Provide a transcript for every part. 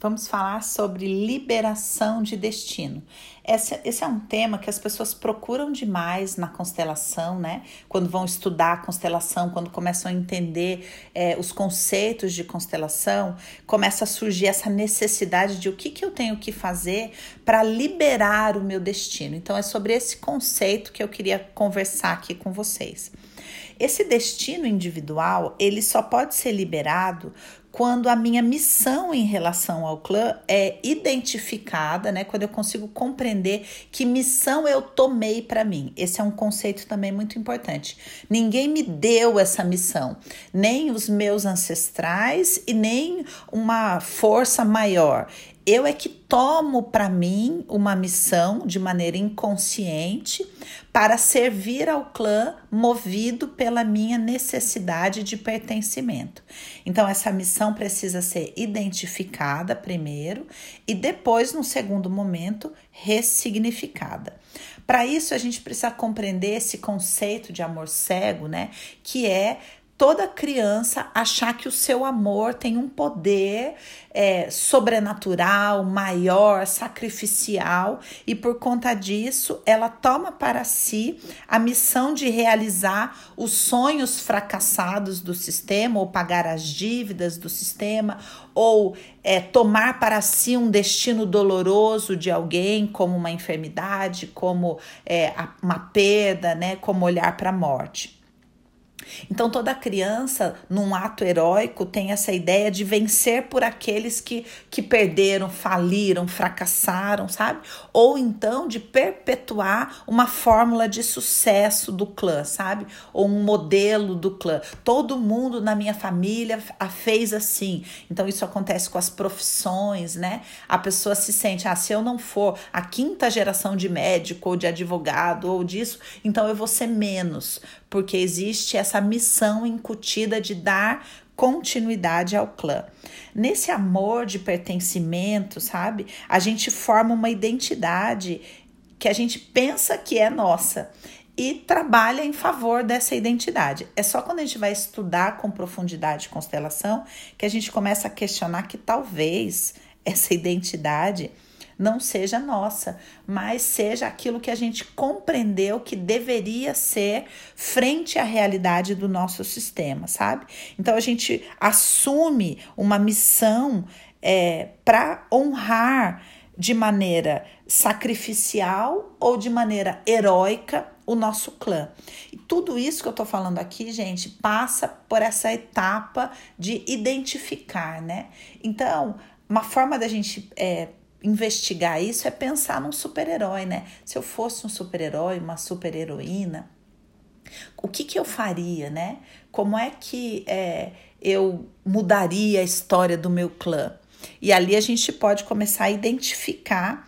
vamos falar sobre liberação de destino. Esse é um tema que as pessoas procuram demais na constelação, né? Quando vão estudar a constelação, quando começam a entender os conceitos de constelação, começa a surgir essa necessidade de o que eu tenho que fazer para liberar o meu destino. Então, é sobre esse conceito que eu queria conversar aqui com vocês. Esse destino individual, ele só pode ser liberado quando a minha missão em relação ao clã é identificada, né? Quando eu consigo compreender que missão eu tomei para mim. Esse é um conceito também muito importante. Ninguém me deu essa missão, nem os meus ancestrais e nem uma força maior. Eu é que tomo para mim uma missão de maneira inconsciente para servir ao clã movido pela minha necessidade de pertencimento. Então, essa missão precisa ser identificada primeiro e depois, no segundo momento, ressignificada. Para isso, a gente precisa compreender esse conceito de amor cego, né? Que é toda criança achar que o seu amor tem um poder sobrenatural, maior, sacrificial, e por conta disso ela toma para si a missão de realizar os sonhos fracassados do sistema, ou pagar as dívidas do sistema, ou tomar para si um destino doloroso de alguém, como uma enfermidade, como uma perda, né, como olhar para a morte. Então, toda criança, num ato heróico, tem essa ideia de vencer por aqueles que perderam, faliram, fracassaram, sabe? Ou então de perpetuar uma fórmula de sucesso do clã, sabe? Ou um modelo do clã. Todo mundo na minha família a fez assim. Então, isso acontece com as profissões, né? A pessoa se sente, se eu não for a quinta geração de médico ou de advogado ou disso, então eu vou ser menos, porque existe essa missão incutida de dar continuidade ao clã. Nesse amor de pertencimento, sabe? A gente forma uma identidade que a gente pensa que é nossa e trabalha em favor dessa identidade. É só quando a gente vai estudar com profundidade constelação que a gente começa a questionar que talvez essa identidade não seja nossa, mas seja aquilo que a gente compreendeu que deveria ser frente à realidade do nosso sistema, sabe? Então, a gente assume uma missão para honrar de maneira sacrificial ou de maneira heróica o nosso clã. E tudo isso que eu tô falando aqui, gente, passa por essa etapa de identificar, né? Então, uma forma da gente investigar isso é pensar num super-herói, né? Se eu fosse um super-herói, uma super-heroína, o que eu faria, né? Como é que eu mudaria a história do meu clã? E ali a gente pode começar a identificar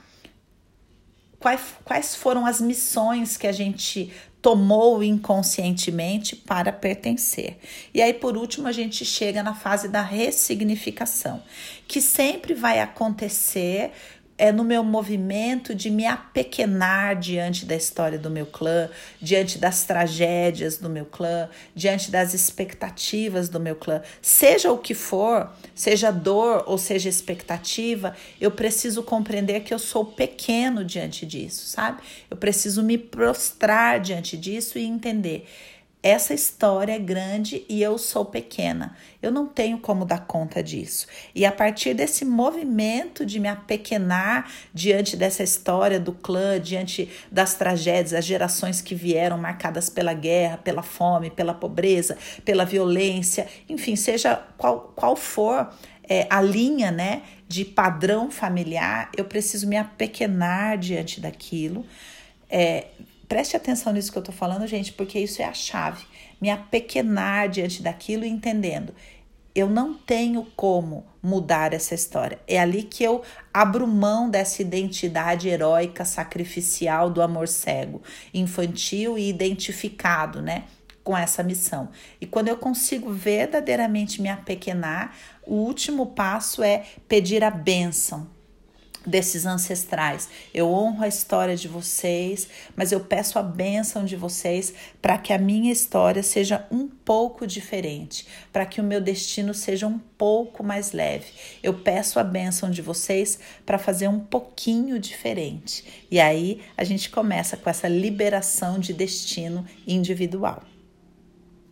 quais foram as missões que a gente tomou inconscientemente para pertencer. E aí, por último, a gente chega na fase da ressignificação, que sempre vai acontecer no meu movimento de me apequenar diante da história do meu clã, diante das tragédias do meu clã, diante das expectativas do meu clã. Seja o que for, seja dor ou seja expectativa, eu preciso compreender que eu sou pequeno diante disso, sabe? Eu preciso me prostrar diante disso e entender. Essa história é grande e eu sou pequena. Eu não tenho como dar conta disso. E a partir desse movimento de me apequenar diante dessa história do clã, diante das tragédias, as gerações que vieram marcadas pela guerra, pela fome, pela pobreza, pela violência, enfim, seja qual for a linha, né, de padrão familiar, eu preciso me apequenar diante daquilo. Preste atenção nisso que eu tô falando, gente, porque isso é a chave. Me apequenar diante daquilo e entendendo. Eu não tenho como mudar essa história. É ali que eu abro mão dessa identidade heróica, sacrificial do amor cego, infantil e identificado, né, com essa missão. E quando eu consigo verdadeiramente me apequenar, o último passo é pedir a bênção. desses ancestrais. Eu honro a história de vocês, mas eu peço a bênção de vocês para que a minha história seja um pouco diferente, para que o meu destino seja um pouco mais leve. Eu peço a bênção de vocês para fazer um pouquinho diferente. E aí a gente começa com essa liberação de destino individual.